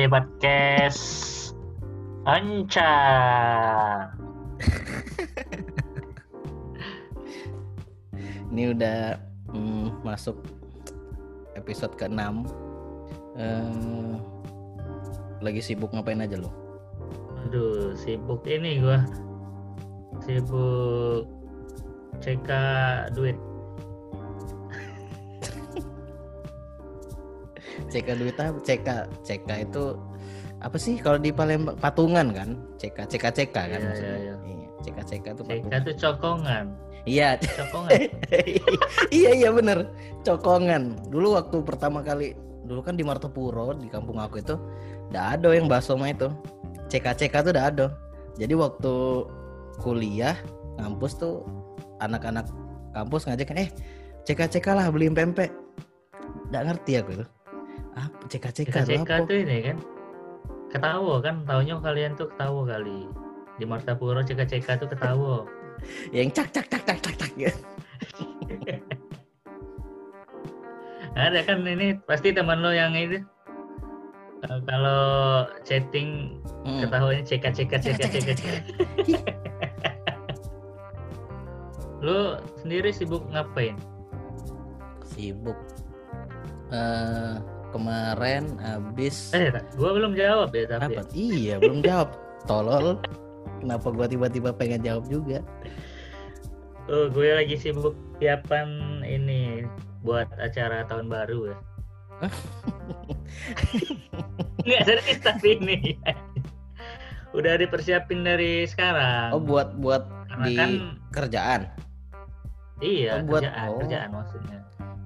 podcast Anca. Ini udah masuk episode ke-6. Lagi sibuk ngapain aja lo? Aduh, sibuk ini gua. Sibuk CK duit. CK duit apa? CK itu apa sih kalau di Palembang? Patungan kan? CK kan Iya, maksudnya. iya. Iya, CK itu CK patungan. itu cokongan. Iya. Cokongan. Iya bener. Cokongan. Dulu waktu pertama kali, dulu kan di Martopuro di kampung aku itu udah ada yang bakso mah itu. CK tuh udah ada. Jadi waktu kuliah kampus tuh anak-anak kampus ngajakin CK lah beliin pempek. Nggak ngerti aku itu. CK CK tuh ini kan ketawa kan, taunya kalian tuh ketawa kali. Di Martapuro CK tuh ketawa. Yang cak ya. Ada kan ini pasti teman lo yang itu. Kalau chatting ketawanya CK. Lo sendiri sibuk ngapain? Sibuk. Kemarin habis. Gua belum jawab ya tapi. Apa? Iya belum jawab. Tolol. Kenapa gua tiba-tiba pengen jawab juga? Gue lagi sibuk siapan ini buat acara tahun baru ya. Nggak serius tapi ini. Udah dipersiapin dari sekarang. Oh buat karena di kan, kerjaan. Iya, buat kerjaan maksudnya.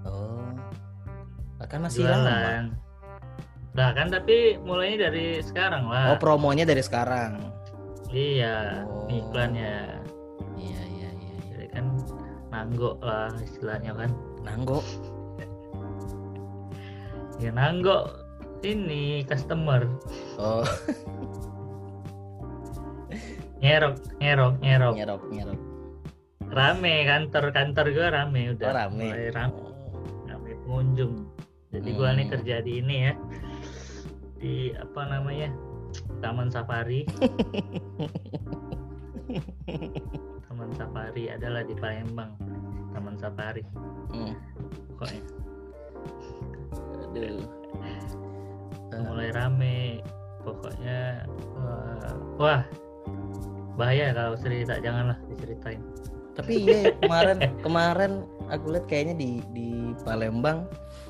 Kan masih lama. Jualan. Nah kan tapi mulainya dari sekarang lah. Oh promonya dari sekarang. Iya, iklannya. Iya. Jadi kan nanggok lah istilahnya kan. Nanggok. Ya nanggok ini customer. Oh. Nyerok. Rame kantor gue rame udah. Oh, rame. Mulai rame pengunjung. Jadi gue nih kerja di ini ya. Di apa namanya? Taman Safari. Taman Safari adalah di Palembang. Taman Safari. Pokoknya. Aduh. Mulai rame. Pokoknya wah. Bahaya kalau cerita, janganlah diceritain. Tapi iya kemarin aku lihat kayaknya di Palembang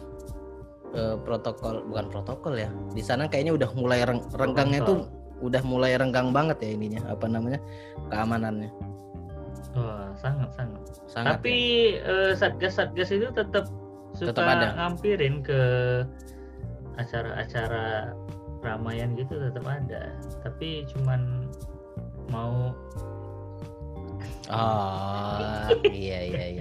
bukan protokol ya. Di sana kayaknya udah mulai renggangnya tuh udah mulai renggang banget ya ininya, apa namanya? Keamanannya. Wah, sangat. Tapi ya? Satgas itu tetap ada. ngampirin ke acara-acara ramaian gitu, tetap ada. Tapi cuman mau iya.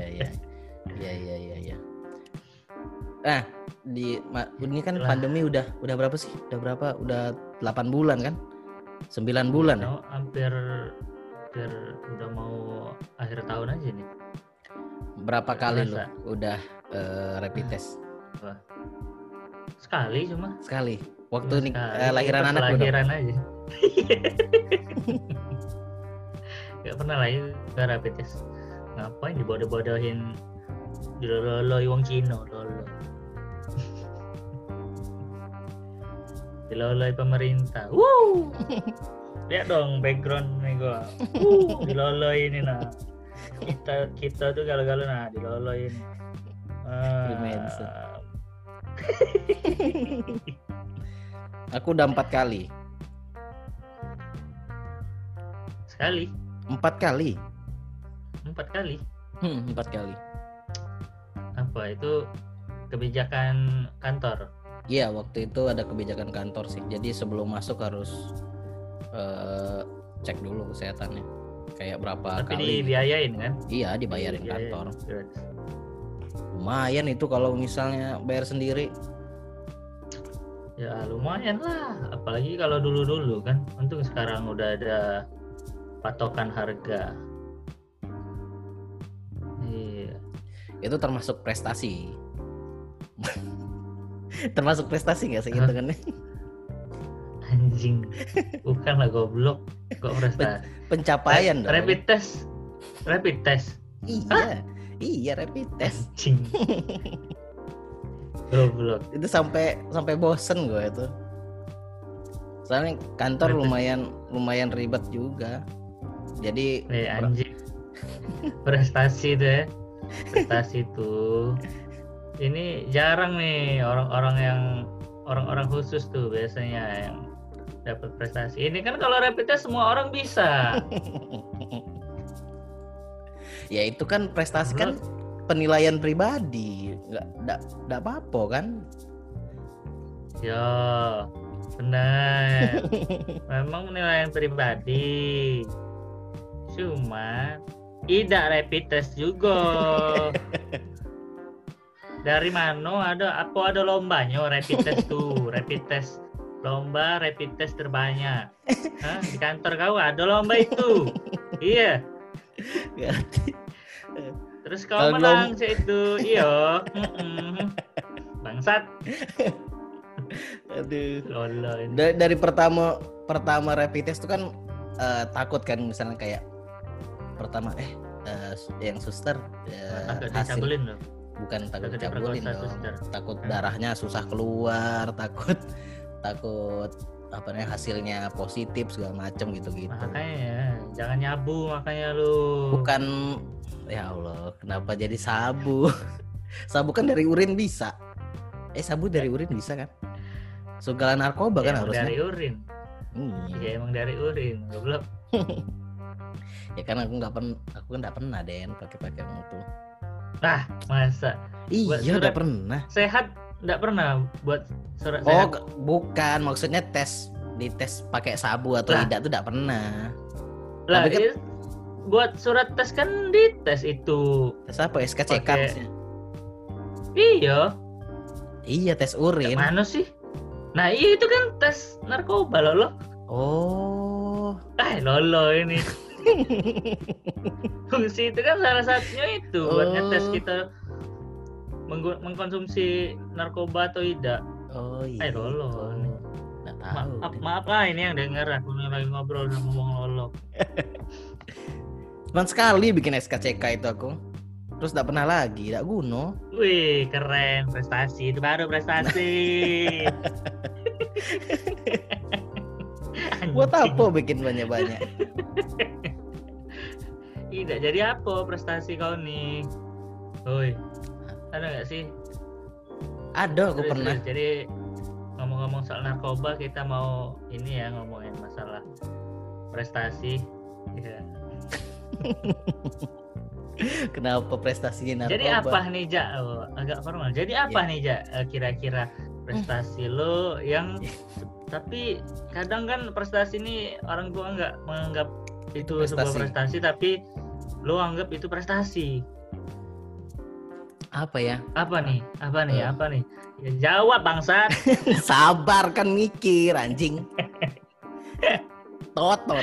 Nah, ini kan pandemi udah berapa sih? Udah 8 bulan kan? 9 bulan ya? Hampir udah mau akhir tahun aja nih. Berapa kali lu udah rapid test? Sekali. Waktu lahiran anak lahiran aja. Gak pernah lagi ke rapid test. Ngapain dibodoh-bodohin, diloloi wong Cina, diloloi pemerintah. Lihat dong background nih gua. Diloloi ini nah. Kita tuh galau-galau nah diloloi ini. Aku udah 4 kali. Sekali. 4 kali. 4 kali. Apa itu kebijakan kantor? Iya, waktu itu ada kebijakan kantor sih. Jadi sebelum masuk harus cek dulu kesehatannya. Kayak berapa Tapi kali. Tapi dibiayain kan? Iya, dibayarin kantor. Lumayan itu kalau misalnya bayar sendiri. Ya lumayan lah, apalagi kalau dulu kan. Untung sekarang udah ada patokan harga. Iya. Itu termasuk prestasi. Termasuk prestasi nggak sih hitungannya? Anjing. Bukan lah goblok. Kok prestasi? Pencapaian dong. Rapid test. Iya. Iya, rapid test. Anjing. Goblok. Itu sampai bosen gue itu. Soalnya kantor lumayan ribet juga. Jadi anjing. Prestasi itu ya. Prestasi tuh. Ini jarang nih orang-orang khusus tuh biasanya yang dapat prestasi. Ini kan kalau rapid test semua orang bisa. Ya itu kan prestasi kan penilaian pribadi, nggak apa-apa kan? Ya benar. Memang penilaian pribadi. Cuma tidak rapid test juga. Dari mana ada lombanya rapid test tuh, rapid test lomba rapid test terbanyak. Hah? Di kantor kau ada lomba itu. Iya. Terus kau menang itu, iya. Bangsat. Aduh. Lolo. Dari pertama rapid test tuh kan takut kan, misalnya kayak pertama yang suster takut hasil dicabulin loh. Bukan takut dicabulin dong, takut darahnya susah keluar, takut apa namanya hasilnya positif segala macem gitu. Makanya jangan nyabu makanya lu. Bukan, ya Allah, kenapa jadi sabu? Sabu kan dari urin bisa. Sabu dari urin bisa kan? Segala narkoba kan harusnya. Dari urin. Iya emang dari urin, goblok. Ya kan aku nggak pernah Den pakai itu. Nah, masa? Iya, udah pernah. Sehat nggak pernah buat surat sehat. Bukan, maksudnya dites pakai sabu atau tidak tuh nggak pernah. Lah, kan, buat surat tes kan dites itu. Tes apa? SKCK maksudnya? Iya, tes urin. Mana sih? Nah, itu kan tes narkoba loh. Oh. Lolo ini. Fungsi itu kan salah satunya itu buat ngetes kita mengkonsumsi narkoba atau tidak. Oh iya. Lolo. Nggak tahu. Maaf lah ini yang denger aku lagi ngobrol dan ngomong lolo. Cuman sekali bikin SKCK itu aku. Terus nggak pernah lagi, nggak guna. Wih keren, prestasi itu baru prestasi. Buat apa bikin banyak-banyak? Tidak jadi apa prestasi kau nih? Woi, ada nggak sih? Ada, aku pernah. Jadi ngomong-ngomong soal narkoba, kita mau ini ya ngomongin masalah prestasi. Ya. Kenapa prestasinya narkoba? Jadi apa nih Ja? Agak formal. Jadi apa nih Ja? Kira-kira prestasi lo yang tapi kadang kan prestasi ini orang tua nggak menganggap itu sebuah prestasi, tapi lo anggap itu prestasi. Apa ya? Apa nih? Ya, jawab bangsat. Sabar kan mikir anjing. Totot.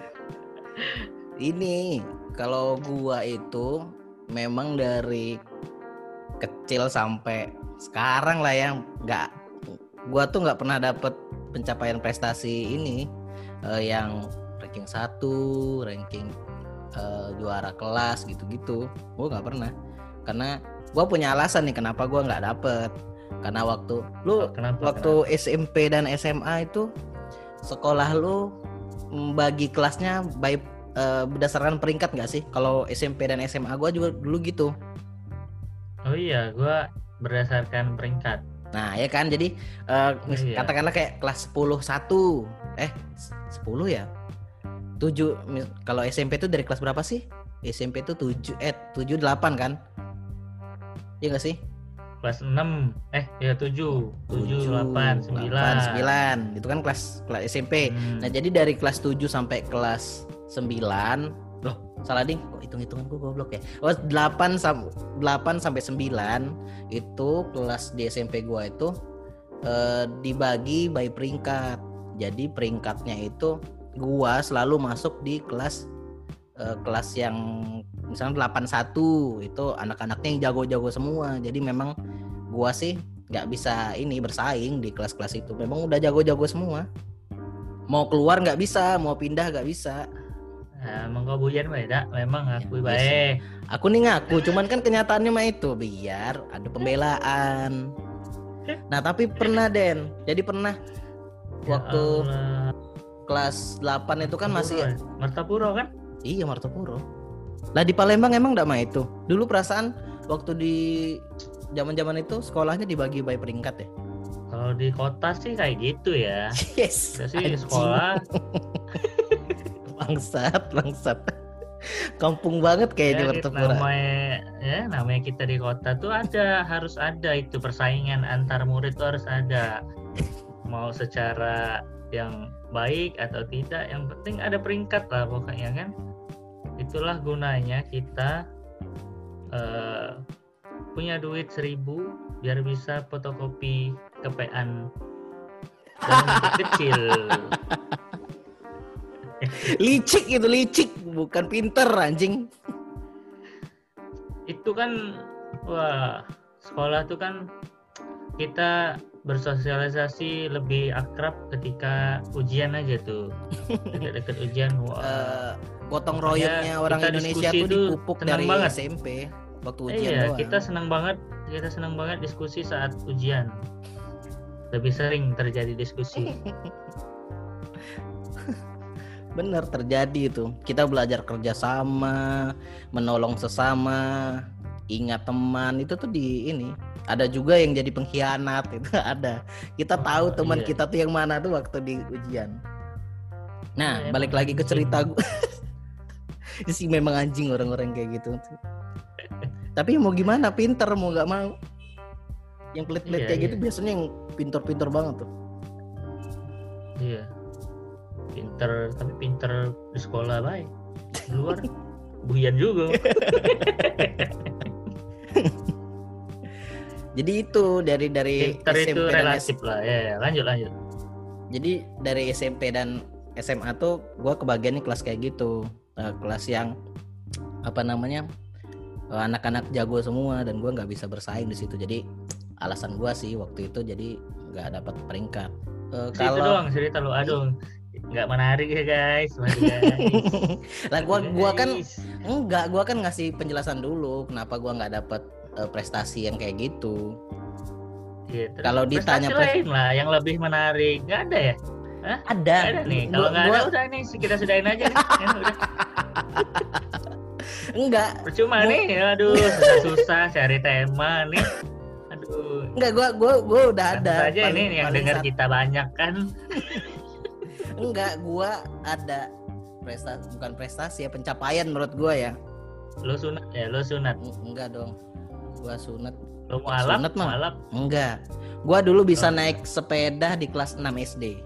Ini kalau gua itu memang dari kecil sampai sekarang lah yang gua tuh nggak pernah dapet pencapaian prestasi ini yang ranking 1, ranking juara kelas gitu-gitu. Gua nggak pernah, karena gua punya alasan nih kenapa gua nggak dapet. Karena waktu SMP dan SMA itu sekolah lu bagi kelasnya berdasarkan peringkat nggak sih? Kalau SMP dan SMA gua juga dulu gitu. Oh iya, gua berdasarkan peringkat. Nah ya kan, jadi katakanlah kayak kelas 10 10 ya 7. Kalau SMP itu dari kelas berapa sih? SMP itu 7 8 kan? Iya nggak sih? Kelas 6 7 8 9 itu kan kelas SMP. Nah jadi dari kelas 7 sampai kelas 9, loh salah ding, kok hitung-hitungan gue goblok ya. 8 sampai 9 itu kelas di SMP gue itu dibagi by peringkat. Jadi peringkatnya itu gue selalu masuk di kelas yang misalnya 81, itu anak-anaknya yang jago-jago semua. Jadi memang gue sih nggak bisa bersaing di kelas-kelas itu, memang udah jago-jago semua. Mau keluar nggak bisa, mau pindah nggak bisa. Nah, emang kau bujan beda, memang aku Ya, iya sih. baik. Aku nih ngaku, cuman kan kenyataannya mah itu biar ada pembelaan. Nah tapi pernah Den, jadi pernah Ya waktu Allah. kelas 8 itu kan masih Martapuro kan? iya Martopuro. Lah di Palembang emang enggak mah itu. Dulu perasaan waktu di zaman-zaman itu sekolahnya dibagi by peringkat ya. Kalau di kota sih kayak gitu ya. Yes. Udah sih anjing. sekolah Bangsat. Kampung banget kayak di ya, Martopuro. namanya kita di kota tuh harus ada itu persaingan antar murid tuh harus ada. Mau secara yang baik atau tidak, yang penting ada peringkat lah pokoknya kan. Itulah gunanya kita punya duit 1.000 biar bisa fotokopi kepean dalam bentuk kecil. Licik, bukan pinter anjing. Itu kan wah, sekolah tuh kan kita bersosialisasi lebih akrab ketika ujian aja tuh. Dekat-dekat ujian wah. Gotong Makanya royongnya orang kita Indonesia diskusi tuh tuh dipupuk tenang dari banget. SMP waktu ujian Iya, doang. kita senang banget diskusi saat ujian. Lebih sering terjadi diskusi. Bener terjadi itu. Kita belajar kerjasama, menolong sesama, ingat teman itu tuh di ini. Ada juga yang jadi pengkhianat itu ada. Kita tahu teman iya. kita tuh yang mana tuh waktu di ujian. Nah, Ya, balik emang lagi ke anjing. cerita gue. Sih memang anjing orang-orang kayak gitu. Tapi mau gimana, pinter mau nggak mau. Yang pelit-pelit Iya, kayak iya. gitu biasanya yang pinter-pinter banget tuh. Iya. Tapi pinter di sekolah baik. Di luar buyan juga. Jadi itu dari Pinter itu SMP dan relatif lah. Ya, lanjut. Jadi dari SMP dan SMA tuh gue kebagiannya kelas kayak gitu, kelas yang apa namanya anak-anak jago semua dan gue nggak bisa bersaing di situ. Jadi alasan gue sih waktu itu jadi nggak dapat peringkat. Itu doang cerita lu, aduh nggak menarik ya guys. Lah gue kan ngasih penjelasan dulu kenapa gue nggak dapat prestasi yang kayak gitu. Iya, Kalau ditanya lain lah yang lebih menarik, nggak ada ya? Hah? Ada. Nggak ada nih. Kalau nggak ada udah nih kita sudahin aja nih. Ya, udah. Enggak. Percuma nih, aduh susah cari tema nih. Aduh. Enggak, gue udah ada. Aja ini yang dengar kita banyak kan. Enggak, gue ada bukan prestasi ya, pencapaian menurut gue ya. Lo sunat ya, lo sunat. Enggak dong. Gua sunat. Lo mualaf? Enggak. Gua dulu bisa naik sepeda di kelas 6 SD.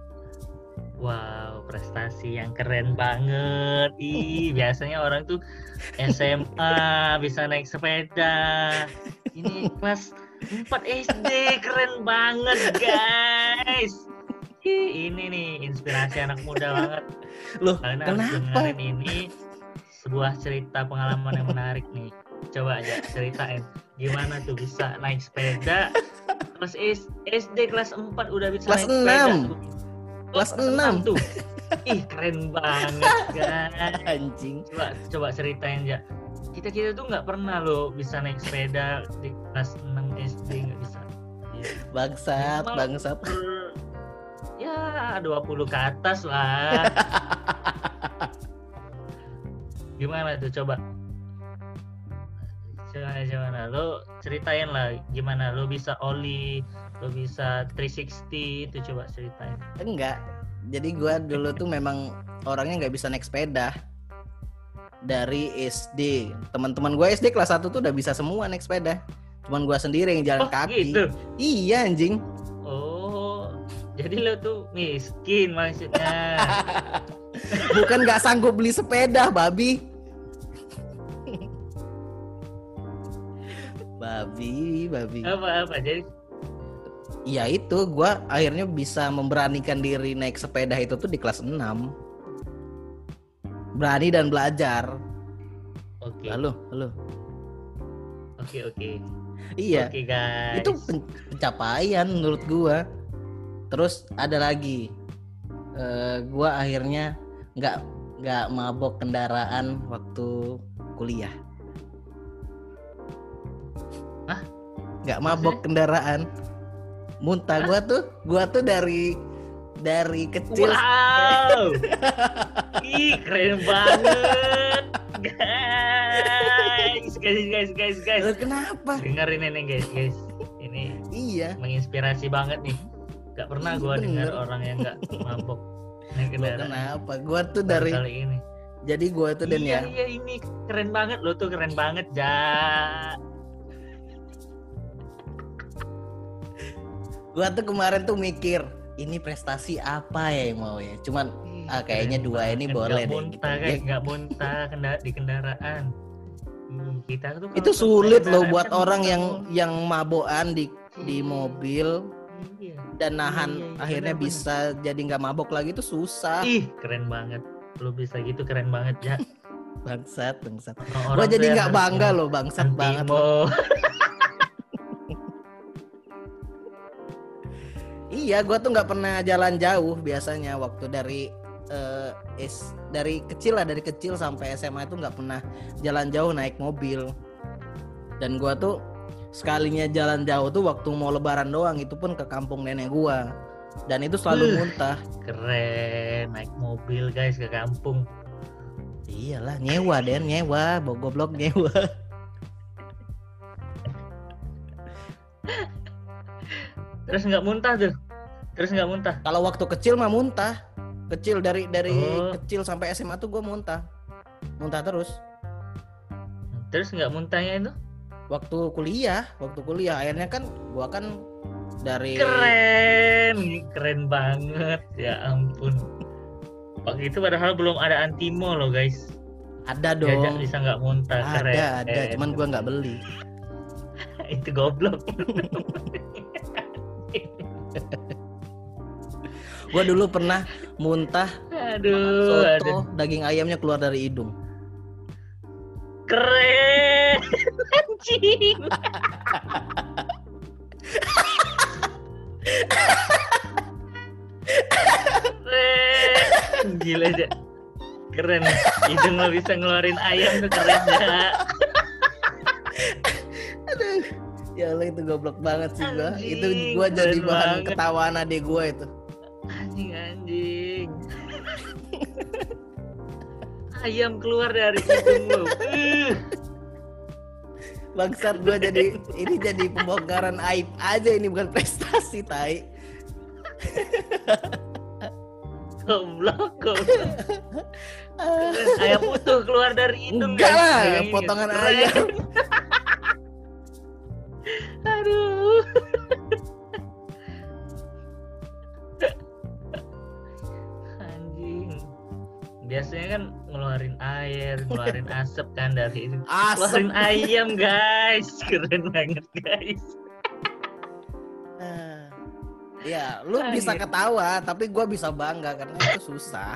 Wow, prestasi yang keren banget. Biasanya orang tuh SMA bisa naik sepeda. Ini kelas 4 SD, keren banget, guys. Ini nih inspirasi anak muda banget. Loh, Kalian kenapa? harus dengerin ini sebuah cerita pengalaman yang menarik nih. Coba aja ceritain gimana tuh bisa naik sepeda kelas SD kelas 4 udah bisa kelas naik sepeda. Kelas 6 tuh. Ih, keren banget, guys. Anjing. Coba ceritain aja. Kita tuh nggak pernah loh bisa naik sepeda di kelas 6 SD, nggak bisa. Bangsat. Ya 20 ke atas lah. Gimana tuh coba? Gimana lo ceritain lah gimana lo bisa ollie, lo bisa 360 itu, coba ceritain. Enggak, jadi gue dulu tuh memang orangnya nggak bisa naik sepeda dari SD. Teman-teman gue SD kelas 1 tuh udah bisa semua naik sepeda, cuman gue sendiri yang jalan kaki. Gitu? Iya anjing. Oh, jadi lo tuh miskin maksudnya. Bukan nggak sanggup beli sepeda, babi. Babi. Apa jadi? Ya itu, gue akhirnya bisa memberanikan diri naik sepeda itu tuh di kelas 6. Berani dan belajar. Oke. Halo. Oke. Iya. Oke, guys. Itu pencapaian menurut gue. Terus ada lagi. Gua akhirnya nggak mabok kendaraan waktu kuliah. Hah? Nggak mabok kendaraan. Muntah. Gua tuh dari kecil. Wow. Ih, keren banget. Guys. Loh, kenapa? Dengerin ini guys. Ini Iya. menginspirasi banget nih. Gak pernah gua Bener. dengar orang yang gak mabok naik Loh, kendaraan. kenapa? Gua tuh Baru dari kali ini. jadi gua tuh dan ya. Iya ini keren banget lo tuh, keren banget Ja. Gua tuh kemarin tuh mikir ini prestasi apa ya yang mau ya. Cuman kayaknya Keren 2 ini banget. boleh Nggak deh muntah, gitu. guys, nggak muntah di kendaraan. Kita tuh Itu kalau sulit naik loh kendaraan buat kan orang muntah. yang mabokan di mobil Iya. dan nahan Iya, akhirnya bener-bener. bisa jadi nggak mabok lagi itu susah. Ih, keren banget. Lu bisa gitu keren banget ya. Bangsat. Orang Gua tuh jadi yang nggak harus bangga loh, bangsat banget. antimo. Iya, gua tuh nggak pernah jalan jauh biasanya waktu dari dari kecil sampai SMA itu nggak pernah jalan jauh naik mobil. Dan gua tuh sekalinya jalan jauh tuh waktu mau lebaran doang, itu pun ke kampung nenek gua. Dan itu selalu muntah. Keren, naik mobil guys ke kampung. Iyalah, nyewa goblok nyewa. Terus nggak muntah tuh. Kalau waktu kecil mah muntah. Kecil dari Oh. kecil sampai SMA tuh gue muntah terus. Terus nggak muntahnya itu? Waktu kuliah akhirnya kan gue kan dari Keren banget. Ya ampun. Waktu itu padahal belum ada Antimo loh guys. ada Jajak dong. bisa nggak muntah. Keren. Ada, cuman gue nggak beli. Itu goblok. Gue dulu pernah muntah Aduh. soto daging ayamnya keluar dari hidung. Keren. Anjing. Keren. Gila aja. Keren. Hidung lo bisa ngeluarin ayam tuh keren ya. Aduh, ya Allah itu goblok banget sih gue. Anjing, Itu gue jadi keren bahan banget. ketawaan adik gue itu. Anjing. Ayam keluar dari hidung lo. Bangsat gue jadi pembongkaran aib aja, ini bukan prestasi tai. Goblok. Ayam utuh keluar dari hidung. Enggak guys. lah, Bayangin, potongan keren. ayam. Aduh. Anjing. Biasanya kan ngeluarin air, ngeluarin asap kan dari itu. Asap. Ngeluarin ayam guys. Keren banget guys. Ya, lu bisa ketawa, tapi gue bisa bangga karena itu susah.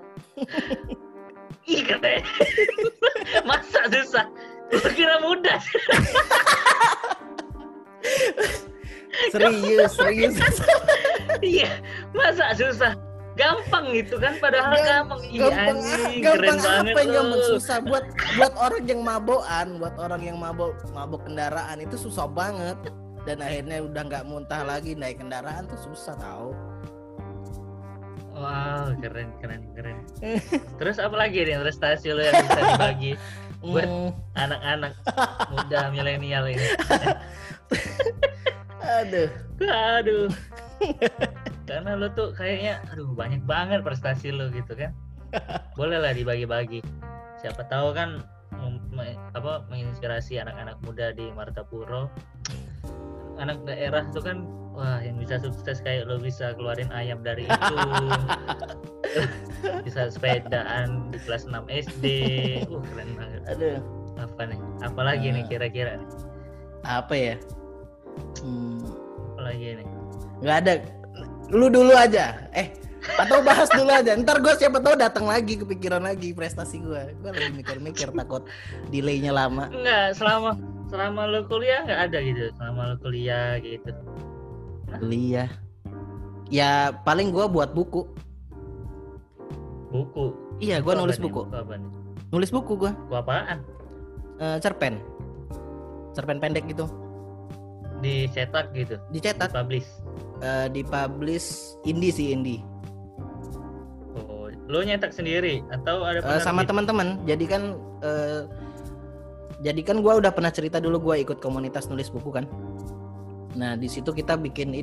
Ih keren. Masa susah? Gue kira mudah. Serius. Iya, masa susah? Gampang gitu kan, padahal gampang. Iya, anjing, keren banget apa yang lo. gampang susah buat orang yang mabokan, buat orang yang mabok kendaraan itu susah banget. Dan akhirnya udah nggak muntah lagi naik kendaraan tuh susah tau. Wow, keren. Terus apa lagi nih prestasi lo yang bisa dibagi buat anak-anak muda milenial ini? Aduh. Karena lo tuh kayaknya banyak banget prestasi lo gitu kan. Boleh lah dibagi-bagi. Siapa tahu kan menginspirasi anak-anak muda di Martapuro. Anak daerah tuh kan wah yang bisa sukses kayak lo, bisa keluarin ayam dari itu. Bisa sepedaan di kelas 6 SD. Keren banget. Aduh. Apa nih? Apalagi nih kira-kira nih? Apa ya? Apalagi nih? Nggak ada. Lu dulu aja. Atau bahas dulu aja. Ntar gue siapa tahu datang lagi, kepikiran lagi prestasi gue. Gue lagi mikir-mikir takut delaynya lama. Enggak, selama lo kuliah nggak ada gitu. Selama lo kuliah gitu. Kuliah. Ya paling gue buat buku. buku. Iya, gue Buku nulis apa nih? buku. Buku apa nih? Nulis buku gue. Buku apaan? Cerpen pendek gitu. Dicetak gitu. Dicetak, Publish. dipublish indie. Oh, lo nyetak sendiri atau ada Sama penerbit? teman-teman. Jadi kan gue udah pernah cerita dulu gue ikut komunitas nulis buku kan. Nah di situ kita bikin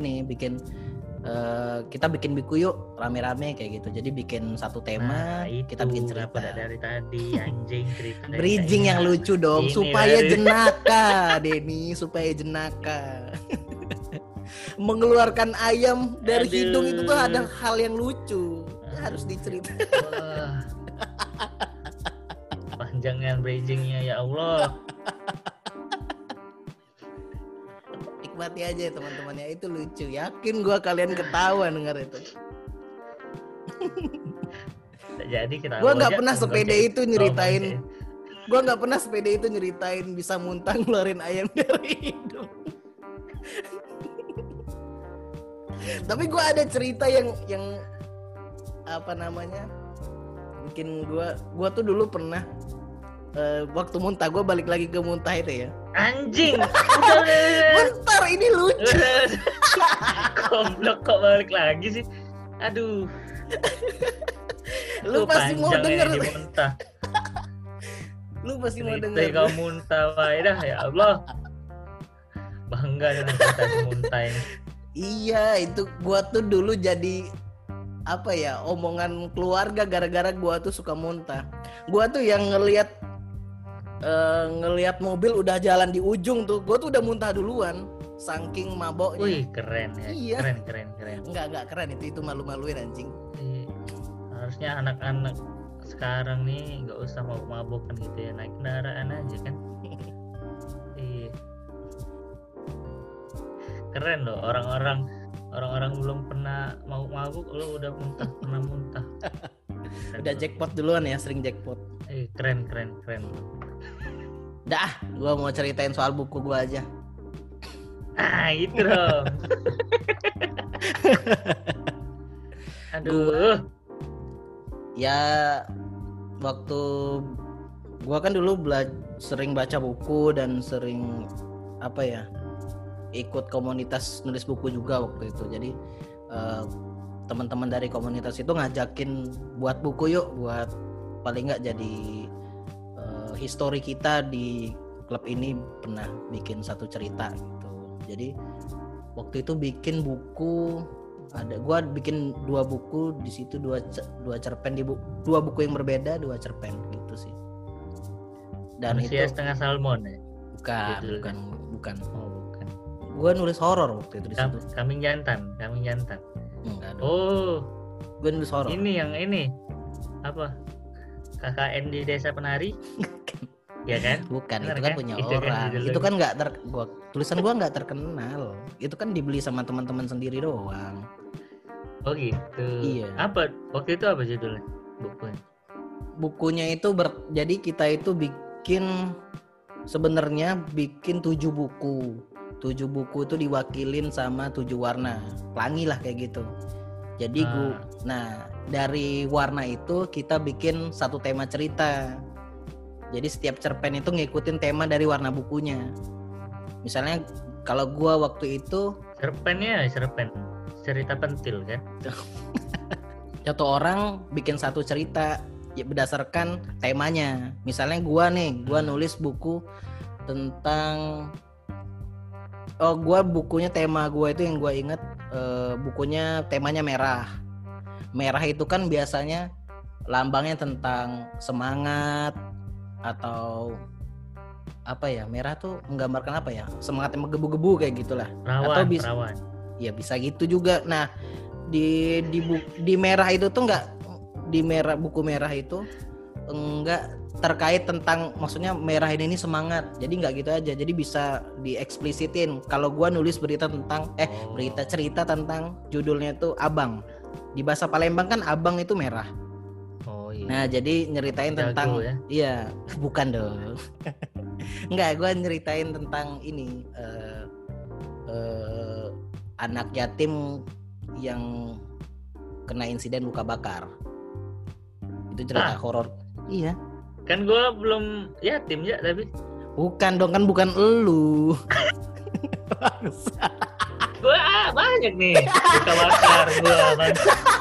kita bikin buku yuk rame-rame kayak gitu. Jadi bikin satu tema, Nah, kita bikin kenapa cerita. dari tadi anjing cerita. Bridging yang lucu dong, Ini supaya baru. jenaka, Denny, supaya jenaka. Mengeluarkan ayam dari Aduh. hidung itu tuh ada hal yang lucu, harus diceritakan. Wah. Panjangnya bridgingnya ya Allah. Nikmati aja ya teman-temannya, itu lucu. Yakin gua kalian ketawa denger itu. Jadi kita. Gua nggak pernah sepede itu nyeritain. Gua nggak pernah sepede itu nyeritain bisa muntah ngeluarin ayam dari hidung. Tapi gue ada cerita yang apa namanya bikin gue tuh dulu pernah waktu muntah, gue balik lagi ke muntah itu ya. Anjing. Bentar, ini lucu. Goblok kok balik lagi sih. Aduh. Lu pasti mau denger. Muntah. Lu pasti mau Cerita denger. kau muntah, dah ya Allah. Bangga dengan cerita muntah ini. Iya, itu gua tuh dulu jadi apa ya, omongan keluarga gara-gara gua tuh suka muntah. Gua tuh yang ngelihat mobil udah jalan di ujung tuh, gua tuh udah muntah duluan saking maboknya. Wih, keren ya. Iya. Keren. Enggak keren itu malu-maluin anjing. Harusnya anak-anak sekarang nih nggak usah mabok-mabok kan gitu ya, naik kendaraan aja kan. Iya. Keren loh, orang-orang belum pernah mabuk lo udah pernah muntah. Udah jackpot duluan ya, sering jackpot. Keren. Dah, gua mau ceritain soal buku gua aja. Itu dong. Aduh. Ya waktu gua kan dulu sering baca buku dan sering apa ya, ikut komunitas nulis buku juga waktu itu. Jadi teman-teman dari komunitas itu ngajakin buat buku yuk, buat paling nggak jadi histori kita di klub ini pernah bikin satu cerita gitu. Jadi waktu itu bikin buku, gua bikin 2 buku di situ, dua cerpen di 2 buku yang berbeda, 2 cerpen gitu sih. Dan Manusia itu setengah salmon ya? bukan. Oh, bukan. Gue nulis horor waktu itu di situ. Kambing jantan. Enggak dong. Oh, Gue nulis horor. ini apa? KKN di Desa Penari? Ya kan? Bukan, Bener itu kan kan? punya Itu kan orang. judulnya. Itu kan nggak tulisan gue nggak terkenal. Itu kan dibeli sama teman-teman sendiri doang. Oh gitu. Iya. Apa waktu itu apa judulnya bukunya? Bukunya itu jadi kita itu sebenarnya bikin 7 buku. 7 buku itu diwakilin sama 7 warna. Pelangi lah kayak gitu. Jadi dari warna itu kita bikin satu tema cerita. Jadi setiap cerpen itu ngikutin tema dari warna bukunya. Misalnya kalau gua waktu itu Cerpen cerita pentil kan? satu orang bikin satu cerita ya berdasarkan temanya. Misalnya gua nulis buku tentang bukunya, tema gua itu yang gua inget bukunya temanya merah. Merah itu kan biasanya lambangnya tentang semangat atau apa ya, merah tuh menggambarkan apa ya, semangat yang menggebu-gebu kayak gitulah. Atau Perawan. Ya bisa gitu juga. Nah di merah itu tuh buku merah itu enggak terkait tentang, maksudnya merah ini semangat, jadi nggak gitu aja, jadi bisa dieksplisitin. Kalau gua nulis cerita tentang judulnya itu abang, di bahasa Palembang kan abang itu merah. Oh iya. Nah jadi nyeritain Jago, tentang ya? Iya, bukan dong. Enggak, gua nyeritain tentang ini anak yatim yang kena insiden luka bakar. Itu cerita horor. Iya. Kan gue belum yatim ya tapi. Bukan dong, kan bukan elu. Gue banyak nih luka bakar gue bang.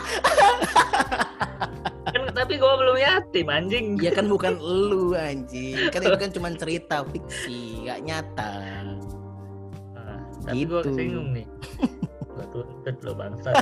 Kan tapi gue belum yatim anjing. Ya kan bukan elu anjing. Kan itu kan cuma cerita fiksi, gak nyata. Tapi Gitu. gue kesinggung nih. Gue tuntut lo bangsa.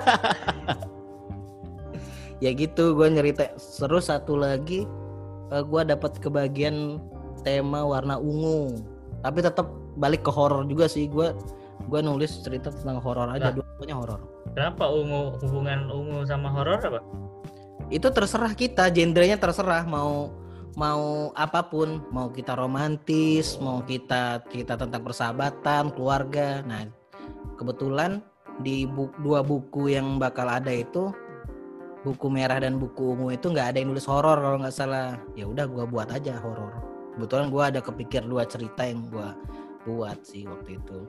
Ya gitu, gue nyerita. Terus satu lagi, gue dapat kebagian tema warna ungu. Tapi tetap balik ke horor juga sih. Gue nulis cerita tentang horor aja, dua-duanya horor. Kenapa ungu, hubungan ungu sama horor apa? Itu terserah kita, genrenya terserah mau apapun, mau kita romantis, mau kita tentang persahabatan, keluarga. Nah, kebetulan di dua buku yang bakal ada itu, buku merah dan buku ungu itu nggak ada yang nulis horor kalau nggak salah. Ya udah gue buat aja horor. Kebetulan gue ada kepikir 2 cerita yang gue buat sih waktu itu.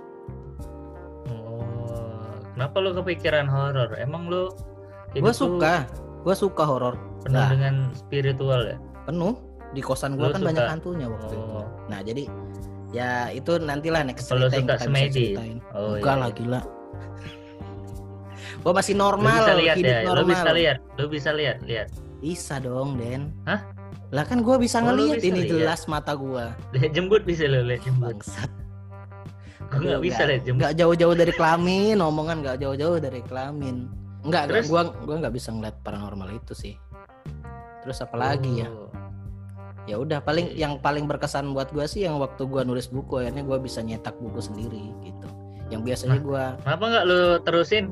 Oh, kenapa lu kepikiran horor? Emang lu Gue suka horor. Penuh dengan spiritual ya? Penuh. Di kosan gue kan banyak hantunya waktu itu. Nah jadi ya itu nantilah next cerita yang kita bisa ceritain. Enggak lah, gila. Gue masih normal, hidup normal. Lu bisa lihat. Bisa dong, Den. Hah? Lah kan gue bisa ngelihat ini liat. jelas mata gue. Lihat jembut bisa lo lihat jembut. Bangsat. Gue nggak bisa lihat jembut. Nggak jauh-jauh dari kelamin, omongan nggak jauh-jauh dari kelamin. Enggak, gue nggak bisa ngeliat paranormal itu sih. Terus apa lagi ya? Ya udah, yang paling berkesan buat gue sih yang waktu gue nulis buku, akhirnya gue bisa nyetak buku sendiri gitu. Yang biasanya gue. Kenapa nggak lu terusin?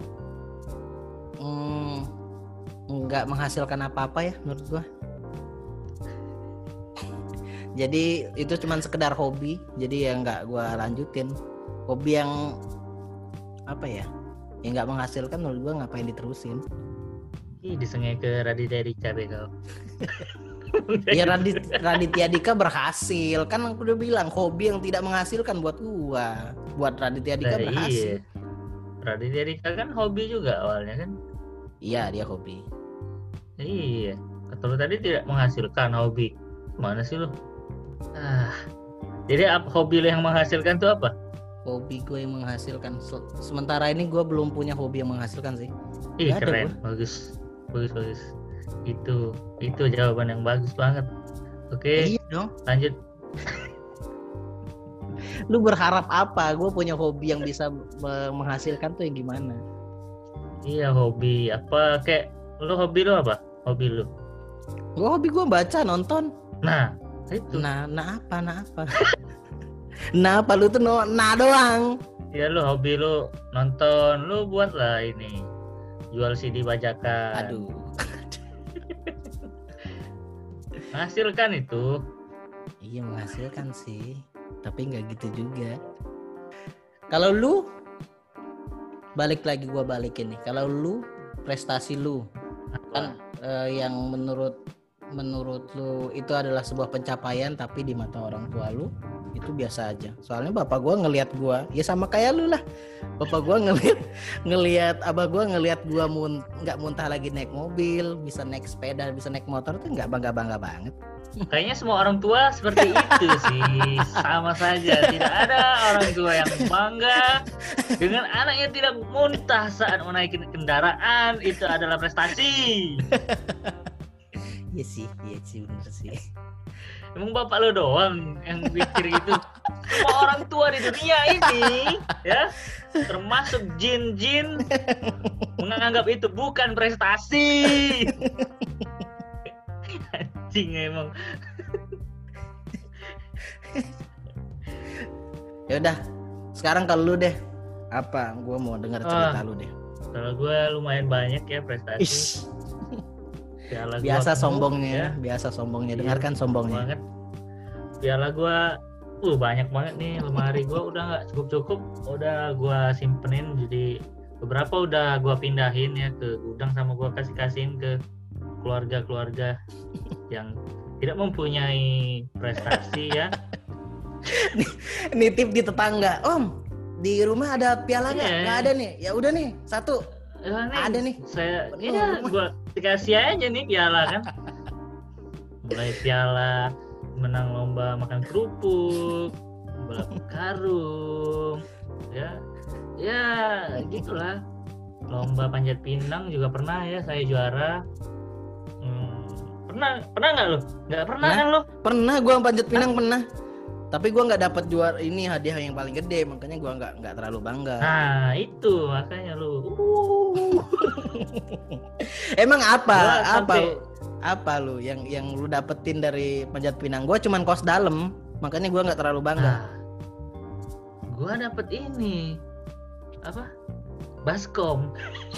Nggak menghasilkan apa-apa ya menurut gue. Jadi itu cuman sekedar hobi, jadi ya nggak gue lanjutin. Hobi yang apa ya? Yang nggak menghasilkan menurut gue ngapain diterusin? Ih, disengih ke Raditya Dika deh kau. Ya Raditya Dika berhasil, kan aku udah bilang hobi yang tidak menghasilkan buat gua. Buat Raditya Dika berhasil. Iya. Raditya Dika kan hobi juga awalnya kan? Iya, dia hobi. Iya. Kata lu tadi tidak menghasilkan hobi. Mana sih lu? Jadi hobi lu yang menghasilkan tuh apa? Hobi gue yang menghasilkan. Sementara ini gue belum punya hobi yang menghasilkan sih. Ih, keren, bagus. Itu jawaban yang bagus banget. Oke. Iya dong. Lanjut. Lu berharap apa? Gue punya hobi yang bisa menghasilkan tuh yang gimana? Iya, hobi apa? Kayak hobi lu apa? Hobi lu? Hobi gue baca, nonton. Nah, itu. Nah apa? Nah apa lu tuh doang. Ya lu hobi lu nonton, lu buatlah ini. Jual CD bajakan. Aduh. Menghasilkan itu. Iya, menghasilkan sih, tapi nggak gitu juga. Kalau lu gua balikin nih. Kalau lu prestasi lu kan yang menurut lu itu adalah sebuah pencapaian, tapi di mata orang tua lu itu biasa aja. Soalnya bapak gua ngelihat gua ya sama kayak lu lah. Bapak gua ngelihat abah gua ngelihat gua nggak muntah lagi naik mobil, bisa naik sepeda, bisa naik motor, tuh nggak bangga banget. Kayaknya semua orang tua seperti itu sih, sama saja. Tidak ada orang tua yang bangga dengan anaknya tidak muntah saat menaiki kendaraan. Itu adalah prestasi. Iya sih bener sih. Emang bapak lo doang yang pikir gitu? Semua orang tua di dunia ini, ya, termasuk jin-jin, menganggap itu bukan prestasi. Anjing emang. Ya udah, sekarang kalau lu deh, apa? Gua mau dengar cerita lu deh. Kalau gue lumayan banyak ya prestasi. Biasa sombongnya. Dengarkan sombongnya. Banget. Piala gue banyak banget nih, lemari gue udah nggak cukup, udah gue simpenin, jadi beberapa udah gue pindahin ya ke gudang, sama gue kasihin ke keluarga yang tidak mempunyai prestasi ya. Nitip di tetangga, Om, di rumah ada piala nggak? Nggak ada nih. Ya udah nih, satu. Ada nih. Gue dikasih aja nih piala kan. mulai piala, menang lomba makan kerupuk, balap karung, ya gitulah. Lomba panjat pinang juga pernah ya saya juara. Pernah nggak lo? Nggak pernah kan lo? Pernah, gua panjat pinang pernah. Tapi gua nggak dapat juara ini, hadiah yang paling gede, makanya gua nggak terlalu bangga. Nah itu makanya lo. Emang apa lu yang lu dapetin dari panjat pinang? Gua cuman kos dalam, makanya gua nggak terlalu bangga. Nah, gua dapet ini apa? Baskom.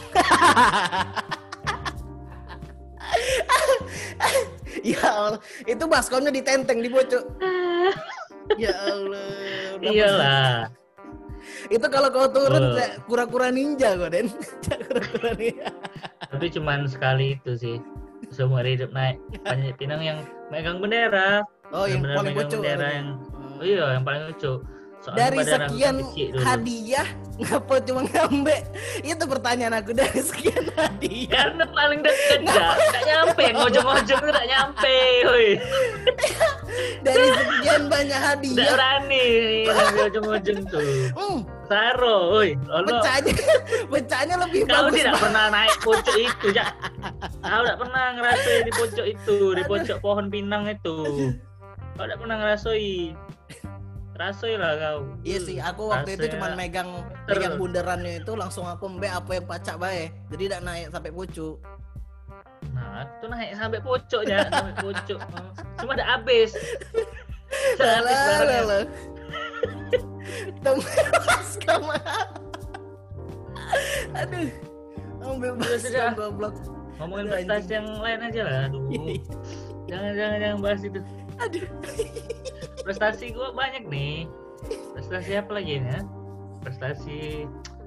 Ya Allah, itu baskomnya ditenteng di bocok. Ya Allah. Iyalah. Itu kalau kau turun kura-kura ninja kok, Den. Kura-kura ninja. Tapi cuman sekali itu sih. Seumur hidup naik panjat pinang yang megang bendera. Oh, yang paling lucu. Yang paling lucu. Soalnya dari sekian hadiah ngapa cuma ngambil? Itu pertanyaan aku, dari sekian hadiah. Karena paling dekat enggak nyampe, ngojong-ngojong tuh enggak nyampe, woi. Dari sekian banyak hadiah. Enggak berani ngojong-ngojong tuh. Saro, woi. Pecahnya lebih kau bagus. Kau tidak pernah naik pojok itu, Jak. Kau tidak pernah ngerasain di pojok itu, di pojok pohon pinang itu. Kau tidak pernah ngerasain. Rasoi lah kau. Iya sih, aku waktu itu cuma megang bundarannya itu, langsung aku mbak apa yang pacak bae. Jadi tidak naik sampai pucuk. Nah, aku tuh naik sampai pucuknya, sampai pucuk. Cuma ada habis. Habis barangnya. Baskom. Aduh. Ambil baskom goblok. Ngomongin prestasi yang lain aja lah. Aduh. Jangan bahas itu. Aduh. Prestasi gue banyak nih. Prestasi apa lagi ya? Prestasi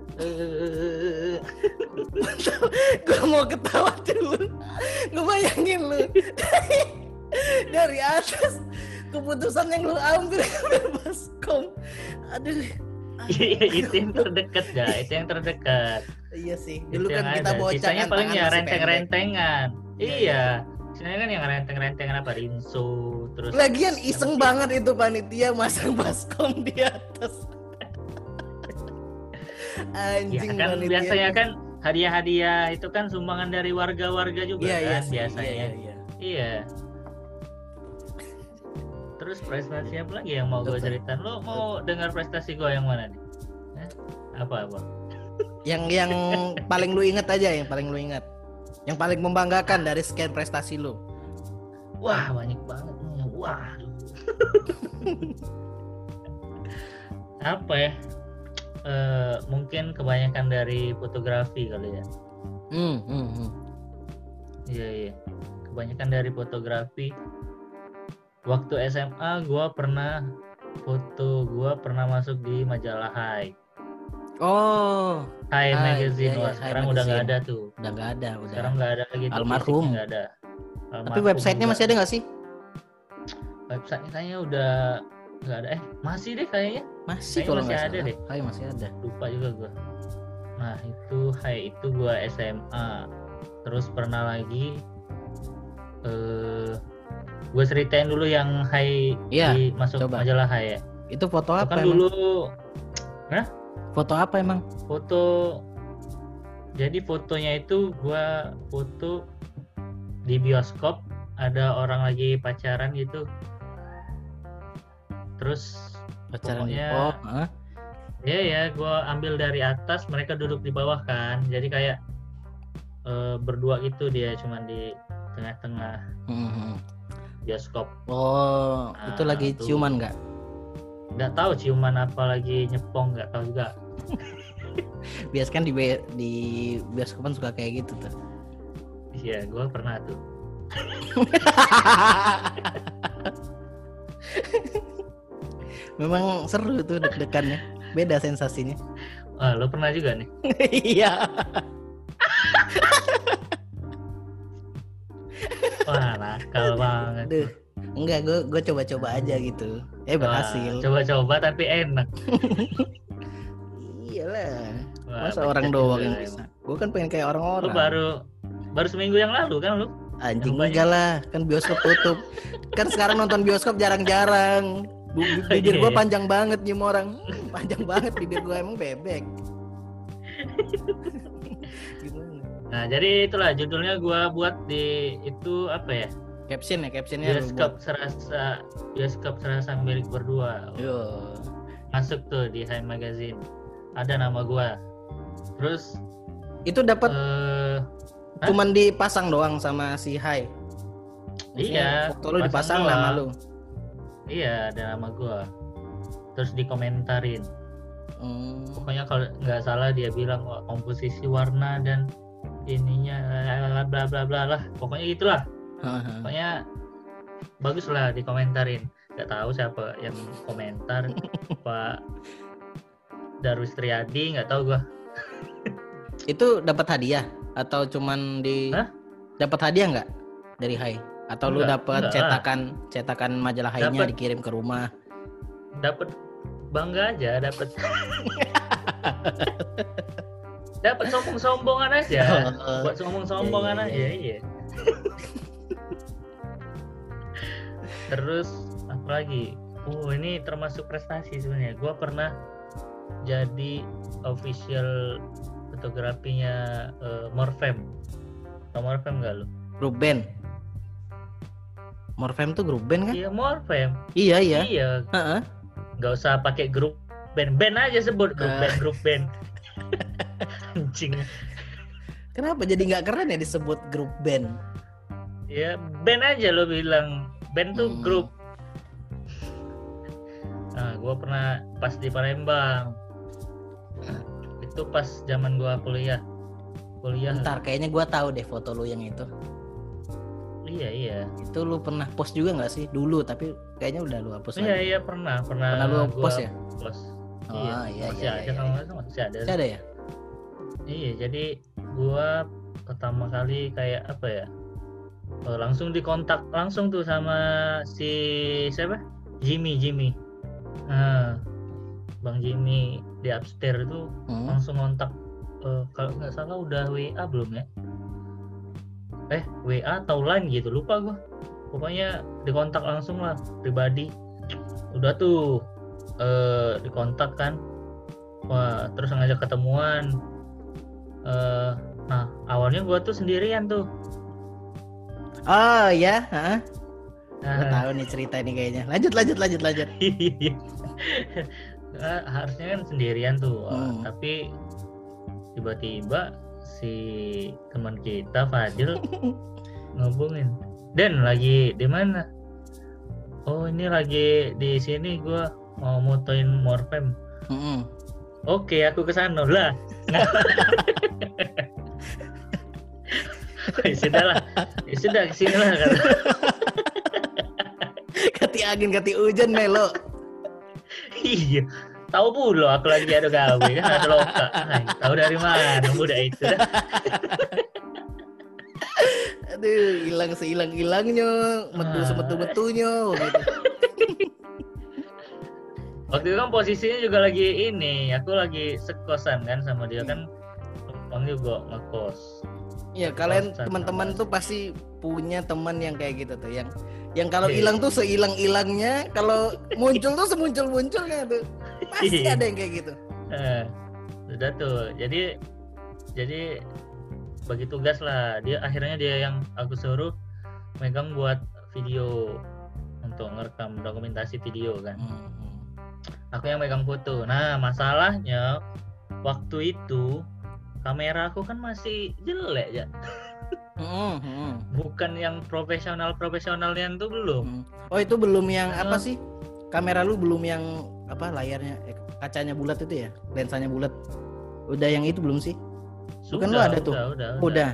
gue mau ketawa dulu. Ngebayangin lu dari atas keputusan yang lu ambil baskom. Aduh. Itu yang terdekat ya, itu yang terdekat. Iya sih. Dulu itu kan kita bocah. Sisanya paling ya renteng-rentengan. Iya. Sebenarnya kan yang renteng-rentengan apa rinso terus. Lagian iseng banget itu panitia masang baskom di atas. Anjing ya kan panitia. Biasanya kan hadiah-hadiah itu kan sumbangan dari warga-warga juga kan biasanya. Iya. Terus prestasi apa lagi yang mau gue ceritain? Lo mau dengar prestasi gue yang mana nih? Apa? Yang paling lu inget aja, yang paling lu inget. Yang paling membanggakan dari sekian prestasi lu. Wah, banyak banget. Wah. Apa ya? Mungkin kebanyakan dari fotografi kali ya. Iya. Kebanyakan dari fotografi. Waktu SMA gue pernah masuk di majalah Hai. Oh, Hai Magazine. Iya, sekarang udah nggak ada tuh. Udah nggak ada. Sekarang nggak ada lagi. Almarhum. Nggak ada. Tapi websitenya masih ada nggak sih? Websitenya kayaknya udah nggak ada. Masih deh kayaknya. Masih kalau masih ada deh. Hai masih ada. Lupa juga gue. Nah itu gue SMA. Terus pernah lagi. Gue ceritain dulu yang Hai masuk majalah Hai ya. Itu foto apa? Kan dulu. Foto apa emang? Jadi fotonya itu gua foto di bioskop, ada orang lagi pacaran gitu. Terus pacaran pokoknya ya gua ambil dari atas, mereka duduk di bawah kan. Jadi kayak berdua gitu, dia cuma di tengah-tengah bioskop. Itu lagi ciuman nggak? Nggak tahu ciuman apa, lagi nyepong nggak tahu juga. Biasanya kan di bioskop kan suka kayak gitu tuh. Iya, gue pernah tuh. Memang seru tuh deg-degannya, beda sensasinya. Wah, lo pernah juga nih? Iya. Wah, nakal banget. Duh. Enggak, gue coba-coba aja gitu. Berhasil. Coba-coba tapi enak. Iyalah. Masa orang doang yang bisa. Gue kan pengen kayak orang-orang. Lu baru seminggu yang lalu kan lu? Anjing Yang enggak lah, kan bioskop tutup. Kan sekarang nonton bioskop jarang-jarang. Bibir gua Iya. panjang banget nyium orang. Panjang banget bibir gua, emang bebek. Gimana? Nah, jadi itulah judulnya gua buat di itu apa ya? Captionnya lu buat. Bioskop serasa milik berdua. Yo. Masuk tuh di Hai Magazine. Ada nama gua. Terus Itu dapat Hah? cuman dipasang doang sama si Hai. Iya, Foto lu pasang dipasang doang. nama lu. Iya, ada nama gua. Terus dikomentarin. Pokoknya kalau nggak salah dia bilang wah, komposisi warna dan ininya bla bla bla lah. Pokoknya gitulah. Pokoknya bagus lah dikomentarin. Gak tahu siapa yang komentar. Pak Darwis Triadi, nggak tahu gua. Itu dapat hadiah atau cuman Hah? dapat hadiah nggak dari Hai? Atau lu Enggak, dapat enggak lah. cetakan majalah Hai-nya Dapat. dikirim ke rumah? Dapat bangga aja, dapat dapat sombong-sombongan aja. Buat sombong-sombongan Iya, iya, aja, iya. Terus apa lagi? Oh, ini termasuk prestasi sebenarnya. Gua pernah jadi official fotografinya Morfem. Tau Morfem nggak lo? Grup band. Morfem tuh grup band kan? Iya, Morfem. Iya. Iya, Heeh. nggak usah pakai grup band aja sebut grup band. Anjing. Kenapa jadi nggak keren ya disebut grup band? Ya band aja lo bilang. Band tuh grup. Nah, gue pernah pas di Palembang. Itu pas zaman gue kuliah. Bentar, kayaknya gua tahu deh foto lu yang itu. Iya. Itu lu pernah post juga nggak sih? Dulu, tapi kayaknya udah lu hapus lagi. Iya pernah lu gua post ya? Post. Oh, Masih ada kalau nggak salah, masih ada. Masih ada ya? Iya, jadi gua pertama kali kayak apa ya? Langsung dikontak langsung tuh sama si siapa? Jimmy. Nah, Bang Jimmy di upstairs itu langsung kontak. Kalau nggak salah udah WA belum ya? WA atau line gitu, lupa gua. Pokoknya dikontak langsung lah pribadi. Udah tuh dikontak kan. Wah, terus ngajak ketemuan. Nah, awalnya gua tuh sendirian tuh. Oh ya, heeh. Nah, Gua tahu nih cerita ini kayaknya. Lanjut. harusnya kan sendirian tuh. Tapi tiba-tiba si teman kita Fadil ngubungin, Dan lagi di mana? Oh, ini lagi di sini, gua mau motoin Morfem. Oke, aku kesana lah. Ya sudah kesini lah kan. Kati angin kati hujan melo. Iya, tahu pula aku lagi ada gawe kan, ada loka. Tahu dari mana muda itu dah. Aduh, hilang sehilang-hilangnya, metu semetu-metunya gitu. Waktu itu kan posisinya juga lagi ini, aku lagi sekosan kan sama dia kan, Bang juga ngekos. Iya, kalian teman-teman tuh pasti punya teman yang kayak gitu tuh, yang kalau hilang tuh sehilang-hilangnya, kalau muncul tuh semuncul-munculnya tuh. Pasti ada yang kayak gitu. Udah tuh. Jadi bagi tugas lah. Akhirnya dia yang aku suruh megang buat video untuk ngerekam dokumentasi video kan. Aku yang megang foto. Nah, masalahnya waktu itu kamera aku kan masih jelek ya. Bukan yang profesionalnya itu belum. Oh, itu belum yang apa sih? Kamera lu belum yang apa, layarnya kacanya bulat itu ya, lensanya bulat. Udah yang itu belum sih? Bukan lu ada tuh. Udah.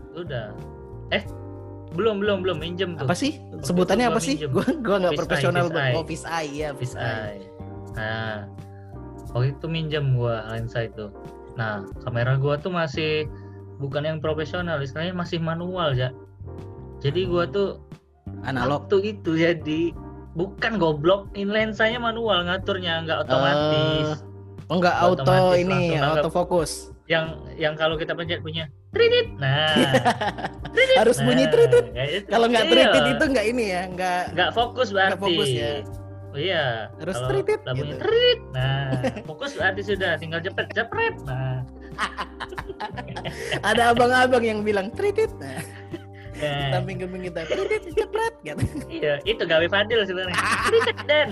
Belum minjem tuh. Apa sih? Sebutannya apa sih? Gua enggak profesional buat office eye ya, office eye. Nah, waktu itu minjem gua lensa itu. Nah, kamera gua tuh masih bukan yang profesional, istilahnya masih manual ya. Jadi gua tuh analog tuh itu, jadi bukan goblok, ini lensanya manual, ngaturnya nggak otomatis. Enggak auto ini, autofokus. Yang kalau kita pencet punya tridit. Nah, Harus bunyi tritit. kayak itu. Kalau nggak Iya. tritit itu nggak ini ya, nggak fokus berarti. fokus ya. Oh, iya. Harus Kalau tritit lagunya gitu. trit, nah fokus berarti sudah tinggal jepret. Nah, Ada abang-abang yang bilang tritit. Nah, nah, samping kita tritit cepret gitu. iya itu gawe Fadil sebenarnya. Tritit Den.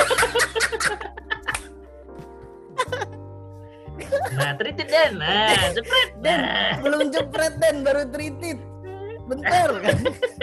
Nah, tritit Den. Nah, jepret. Dan Nah. belum jepret dan baru tritit. Bentar kan.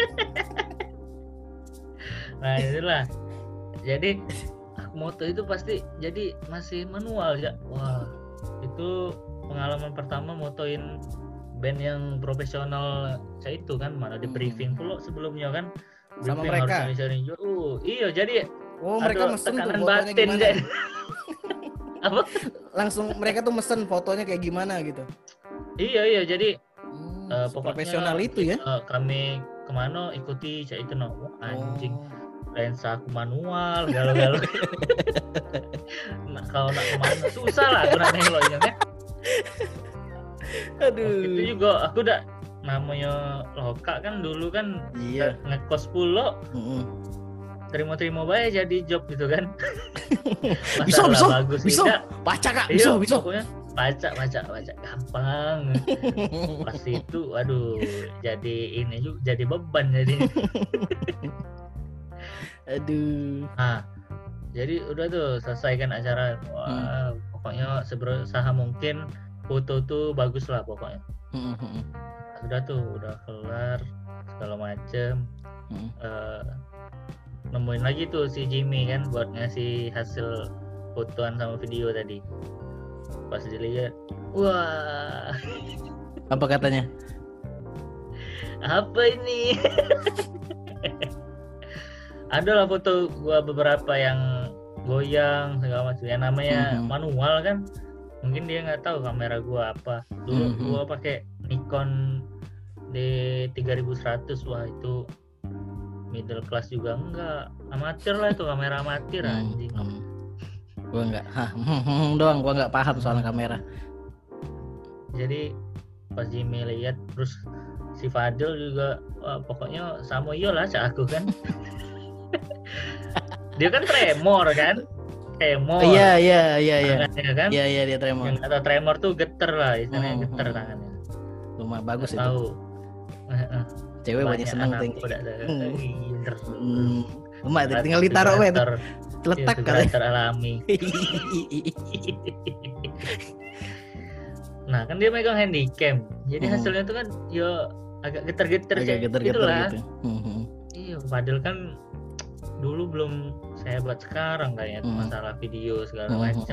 Nah, itulah. Jadi moto itu pasti jadi masih manual ya. Wah, itu pengalaman pertama motoin band yang profesional saya itu kan, mana di briefing pula sebelumnya kan. Sama Briefing mereka? harus misalnya juga. Iya, jadi Oh, mereka aduh, mesen tuh tekanan fotonya batin gimana? deh. Apa? Langsung mereka tuh mesen fotonya kayak gimana gitu. Iya, jadi pokoknya Profesional itu ya. kami kemana ikuti cak itu no. Wah, anjing. Oh. Lensa aku manual, galau-galau. Nah, kalau nak kemana susah lah aku nak neloknya kan. Aduh. Itu juga aku udah namanya loka kan dulu kan Iya. ngekos pulau Mm-mm. terima bae jadi job gitu kan. Bisa, Masalah bisa, bagus bisa. tidak. Baca kak, Iya, bisa. pokoknya baca gampang. Pas itu aduh jadi ini juga jadi beban jadi. Aduh. Nah, jadi udah tuh selesaikan acara. Wah, pokoknya seberusaha mungkin foto tuh bagus lah pokoknya. Mm-mm. Udah tuh udah kelar segala macem. Mm-mm. Nemuin lagi tuh si Jimmy kan buat ngasih hasil fotoan sama video tadi. Pas dilihat, wah Apa katanya? apa ini? Ada lah foto gua beberapa yang goyang segala macam. Yang namanya manual kan, mungkin dia nggak tahu kamera gua apa. Dulu gua pakai Nikon D3100, wah itu middle class juga enggak, amatir lah itu kamera amatir anjing. Gua enggak, doang gua nggak paham soal kamera. Jadi pas Jimmy lihat terus si Fadil juga, wah, pokoknya sama iyo lah cak aku kan. Dia kan tremor kan, Iya. tangannya kan. Iya dia tremor. Yang kata tremor tuh geter lah, istilahnya geter tangannya. Lumayan bagus itu. Tahu. Cewek banyak seneng tuh. Bener. Emak tinggal ditaruh weh. Letak kali. Alami. Nah kan dia megang handycam, jadi hasilnya tuh kan ya agak geter-geter gitu lah. Iya, padahal kan dulu belum saya buat sekarang kayaknya masalah video segala macam.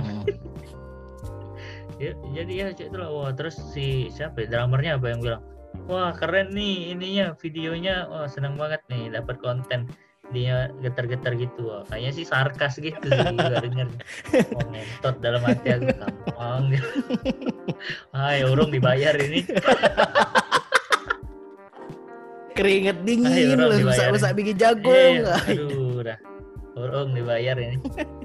Ya, jadi ya itulah. Wah, terus si siapa ya, drummernya apa yang bilang, wah keren nih ininya videonya, wah seneng banget nih dapat konten. Dia getar-getar gitu, wah, kayaknya sih sarkas gitu sih juga denger. Oh ngentot dalam hati aku, gampang gitu. Hai urung dibayar ini. Keringet dingin lu, usah bikin jagung. Aduh udah urung dibayar ini.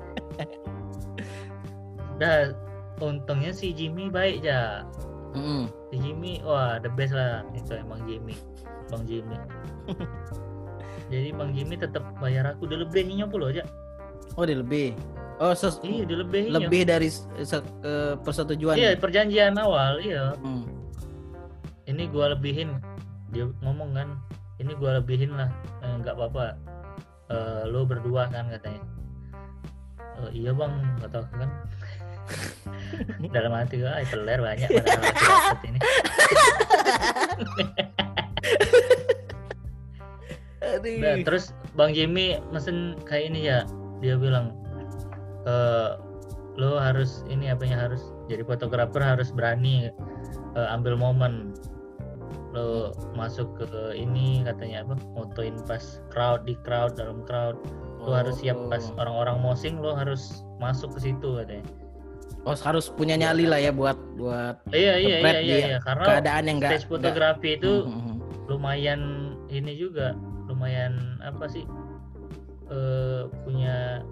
Udah untungnya si Jimmy baik ya. Si Jimmy wah the best lah itu emang Jimmy, Bang Jimmy. Jadi Bang Jimmy tetap bayar aku udah lebihinya pula aja. Oh dia lebih. Oh iya udah lebihinya. Lebih dari persetujuan. Iya perjanjian awal iya. Ini gua lebihin, dia ngomong kan, ini gua lebihin lah, nggak apa-apa. Lo berdua kan katanya. Iya bang, nggak tahu kan. Dalam hati gue, peler banyak padahal aku dapet ini. Nah, terus Bang Jimmy mesen kayak ini ya, dia bilang lo harus ini apanya, harus jadi fotografer, harus berani ambil momen. Lo masuk ke ini katanya apa, motoin pas di crowd dalam crowd, lo harus siap pas orang-orang mosing, lo harus masuk ke situ katanya. Oh harus punya nyali lah ya buat iya karena keadaan yang stage fotografi itu lumayan ini juga, lumayan apa sih, punya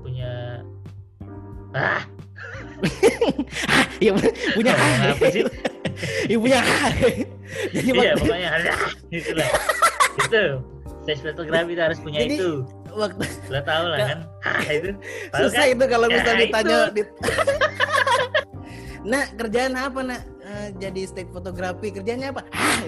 ya punya apa sih? Ya punya Jadi Iya waktu pokoknya ada itulah. Itu stage fotografi itu harus punya Jadi, itu. waktu Lo tau lah kan? Itu tahu susah kan? itu kalau Ya, misalnya ditanya itu. Nak, kerjaan apa, Nak? Jadi stage fotografi, kerjanya apa? Hah?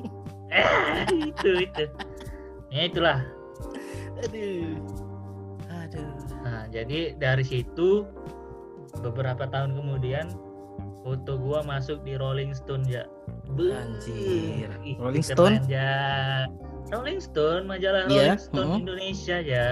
Itu. Ya itulah. Aduh. Nah, jadi dari situ beberapa tahun kemudian foto gua masuk di Rolling Stone ya. Anjir. Ih, Rolling keren, Stone? ya. Rolling Stone, majalah Iya, Rolling Stone Indonesia ya.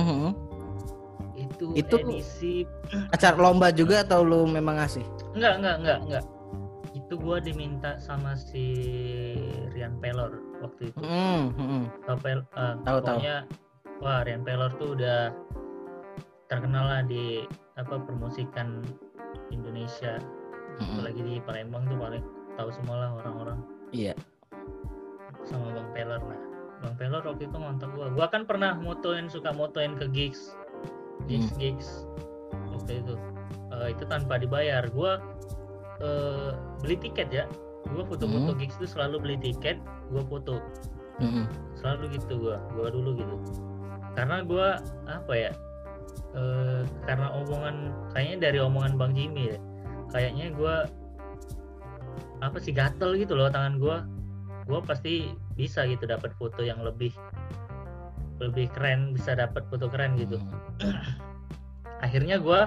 Itu Itu edisi acara lomba juga atau lu memang ngasih? enggak. Itu gua diminta sama si Rian Pelor waktu itu. Tahu. Pokoknya wah Rian Pelor tuh udah terkenal lah di promosikan Indonesia. Apalagi di Palembang tuh paling tahu semua lah orang-orang. Iya. Sama Bang Pelor. Nah, Bang Pelor waktu itu ngontak gua kan pernah suka motoin ke gigs waktu itu. Itu tanpa dibayar. Gua beli tiket ya. Gua foto-foto gigs itu selalu beli tiket, gua foto. Selalu gitu gua dulu gitu. Karena gua karena kayaknya dari omongan Bang Jimmy ya. Kayaknya gua gatel gitu loh tangan gua pasti bisa gitu dapat foto yang lebih keren, bisa dapat foto keren gitu. Akhirnya gua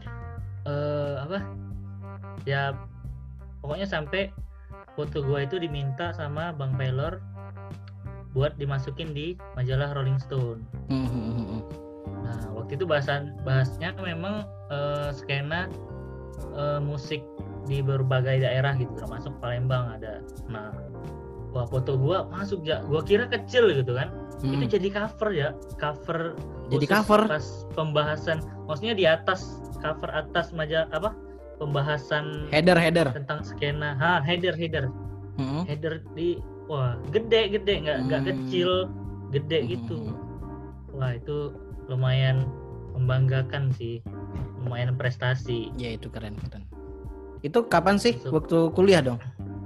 ya pokoknya sampai foto gua itu diminta sama Bang Pelor buat dimasukin di majalah Rolling Stone. Nah waktu itu bahasnya memang skena musik di berbagai daerah gitu, termasuk Palembang ada. Nah wah foto gua masuk ya, gua kira kecil gitu kan. Itu jadi cover Jadi cover pas pembahasan, maksudnya di atas cover atas majalah pembahasan header tentang skena header di wah gede nggak kecil, gede gitu. Wah itu lumayan membanggakan sih, lumayan prestasi. Ya itu keren. Itu kapan sih? Waktu kuliah dong?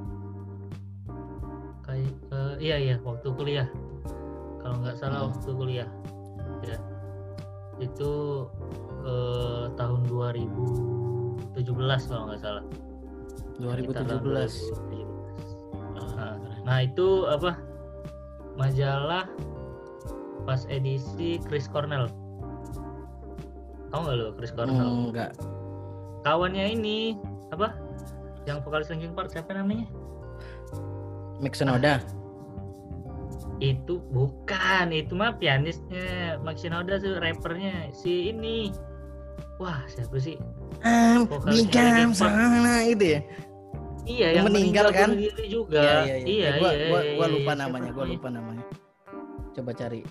Iya waktu kuliah kalau nggak salah. Waktu kuliah ya itu tahun 2017 kalau nggak salah. 2017. Nah itu majalah pas edisi Chris Cornell. Tahu nggak lo Chris Cornell? Enggak. Kawannya ini yang vokalis Linkin Park, siapa namanya? Mike Shinoda. Itu bukan, itu mah pianisnya. Mike Shinoda tuh rappernya si ini. Wah siapa sih? Become sana itu ya. Iya yang meninggal kan? bunuh diri juga. Iya. Gua lupa namanya. Coba cari.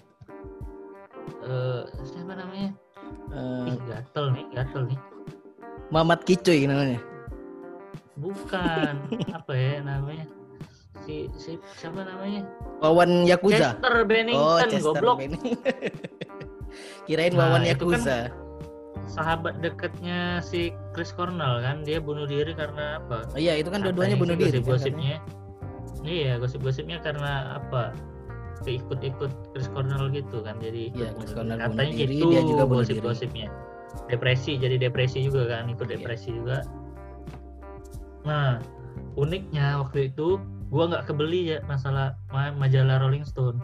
Siapa namanya? Gatel nih. Muhammad Kicuy namanya. Bukan. Apa ya namanya? Si siapa namanya? Wawan Yakuza. Chester Bennington, goblok. Kirain Wawan Itu Yakuza. Kan sahabat dekatnya si Chris Cornell kan, dia bunuh diri karena apa? Oh iya, itu kan dua-duanya bunuh diri. Gosip-gosipnya. Iya, gosip-gosipnya karena apa? Ikut Chris Cornell gitu kan. Jadi Chris Cornell katanya bunuh diri, gitu, dia juga bunuh gosip-gosipnya. Jadi depresi juga kan, ikut depresi juga. Nah, uniknya waktu itu gua nggak kebeli ya masalah majalah Rolling Stone.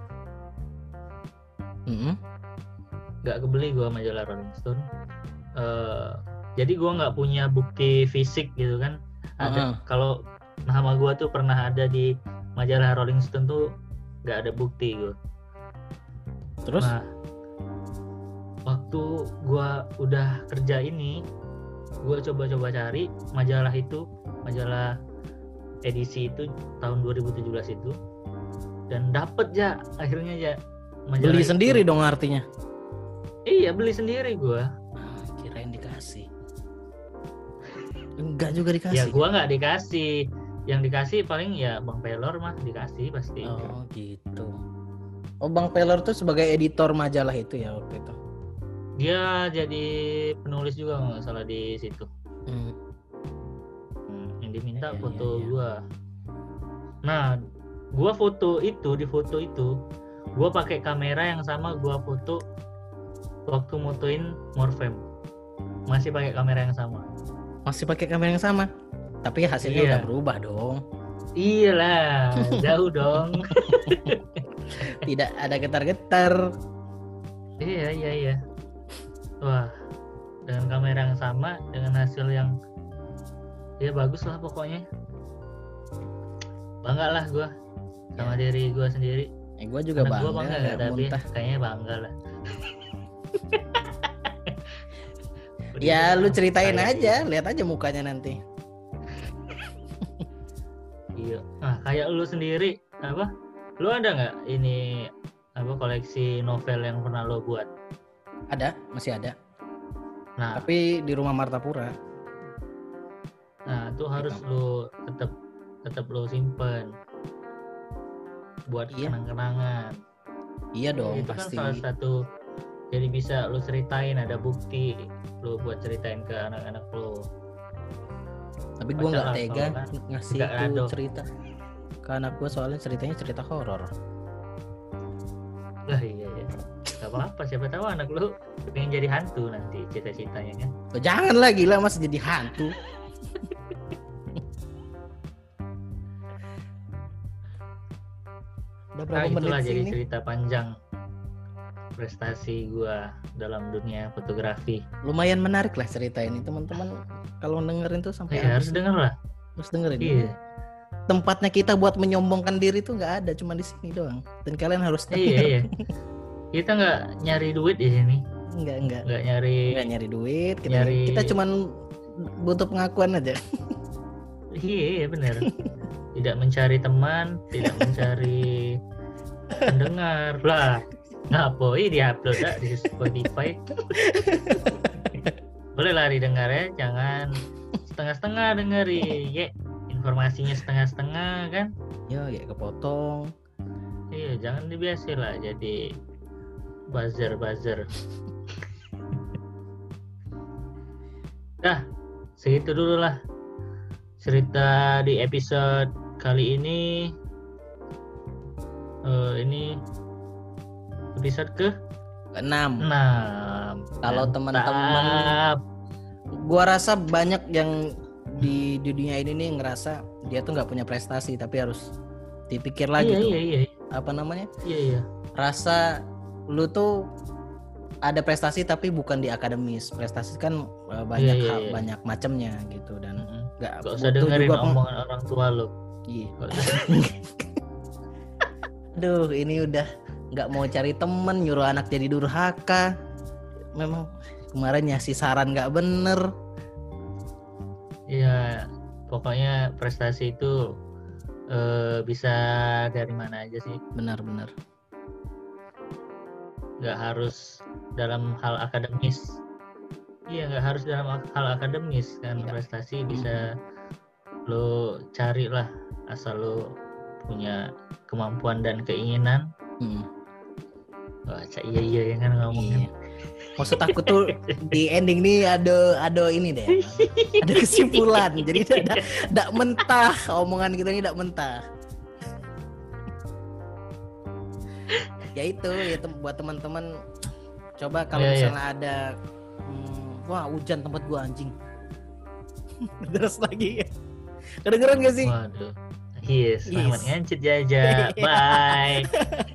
Nggak kebeli gua majalah Rolling Stone. Jadi gua nggak punya bukti fisik gitu kan. Ada kalau nama gua tuh pernah ada di majalah Rolling Stone tuh nggak ada bukti gua. Terus? Nah, waktu gua udah kerja ini, gua coba-coba cari majalah itu, majalah edisi itu tahun 2017 itu, dan dapet ya akhirnya ya majalah beli itu. Sendiri dong artinya. Iya beli sendiri gua. Kirain dikasih. Enggak juga dikasih. Ya gua nggak dikasih, yang dikasih paling ya Bang Pelor mah dikasih pasti. Oh gitu. Oh Bang Pelor tuh sebagai editor majalah itu ya waktu itu. Dia jadi penulis juga nggak salah di situ. Yang diminta foto gua. Nah, gua di foto itu gua pakai kamera yang sama gua foto waktu motoin Morfem. Masih pakai kamera yang sama. Masih pakai kamera yang sama. Tapi hasilnya Iya. udah berubah dong. Iyalah, jauh dong. Tidak ada getar-getar. Iya. Wah, dengan kamera yang sama, dengan hasil yang ya bagus lah pokoknya. Bangga lah gue sama diri gue sendiri. Gue juga Anak gue bangga bangga nggak nggak, tapi muntah. kayaknya bangga lah. Ya lu ceritain Kayak aja, lihat aja mukanya nanti. Iya. Nah, kayak lu sendiri apa? Lu ada nggak ini apa koleksi novel yang pernah lo buat? Ada, masih ada. Nah, Tapi di rumah Martapura. itu harus lu tetap lu simpen buat Iya. kenang-kenangan. Iya dong, Itu pasti. kan salah satu, jadi bisa lu ceritain, ada bukti lu buat ceritain ke anak-anak lu. Tapi gue nggak Baca lah, tega soalnya kan ngasih nggak itu ada. cerita ke anak gue, soalnya ceritanya cerita horor. Lah iya. Gak apa-apa, siapa tahu anak lu pengen jadi hantu nanti cita-citanya kan. Oh, jangan lah, gila, masih jadi hantu. Udah berapa Nah, itulah menit sih jadi ini? cerita panjang prestasi gua dalam dunia fotografi. Lumayan menarik lah cerita ini, teman-teman. Kalau dengerin tuh sampai Iya, harus habis, denger lah. harus dengerin. Iya. Tempatnya kita buat menyombongkan diri tuh nggak ada, cuma di sini doang. Dan kalian harus denger. Iya. Kita nggak nyari duit di sini. Enggak Nggak nyari. nyari duit. Nyari- Kita cuman butuh pengakuan aja. Iya benar. Tidak mencari teman, tidak mencari pendengar lah. Ngapoi diupload dah di Spotify. Boleh lah didengar ya, jangan setengah-setengah dengeri. Ya, informasinya setengah-setengah kan. Ya, kepotong. Iya, jangan dibiasain lah jadi buzzer. Dah, segitu dulu lah cerita di episode kali ini. Ini episode ke 6. 6. Kalau teman-teman, gua rasa banyak yang di dunia ini nih ngerasa dia tuh nggak punya prestasi, tapi harus dipikir lagi tuh. Iya. Apa namanya? Iya. Rasa lu tuh ada prestasi tapi bukan di akademis. Prestasi kan banyak Iya, hal, iya. banyak macamnya gitu, dan nggak Gak usah butuh dengerin juga omongan orang tua lo. Iya. Gak usah. Aduh, ini udah nggak mau cari temen, nyuruh anak jadi durhaka. Memang kemarin ngasih saran nggak bener. Iya, pokoknya prestasi itu bisa dari mana aja sih. Benar-benar. Nggak harus dalam hal akademis. Iya, nggak harus dalam hal akademis kan. Iya. Prestasi bisa lo cari lah, asal lo punya kemampuan dan keinginan. Wah, iya kan ngomongin. Iya. Maksud aku tuh di ending nih ada ini deh, ada kesimpulan. Jadi tidak mentah, omongan kita ini tidak mentah. Ya itu ya, buat teman-teman, coba kalau Iya, iya. misalnya ada wah hujan tempat gua anjing. Terus lagi ya. Kedengeran gak sih? Waduh. Yes, Yes. selamat ngancit Jaja. Bye.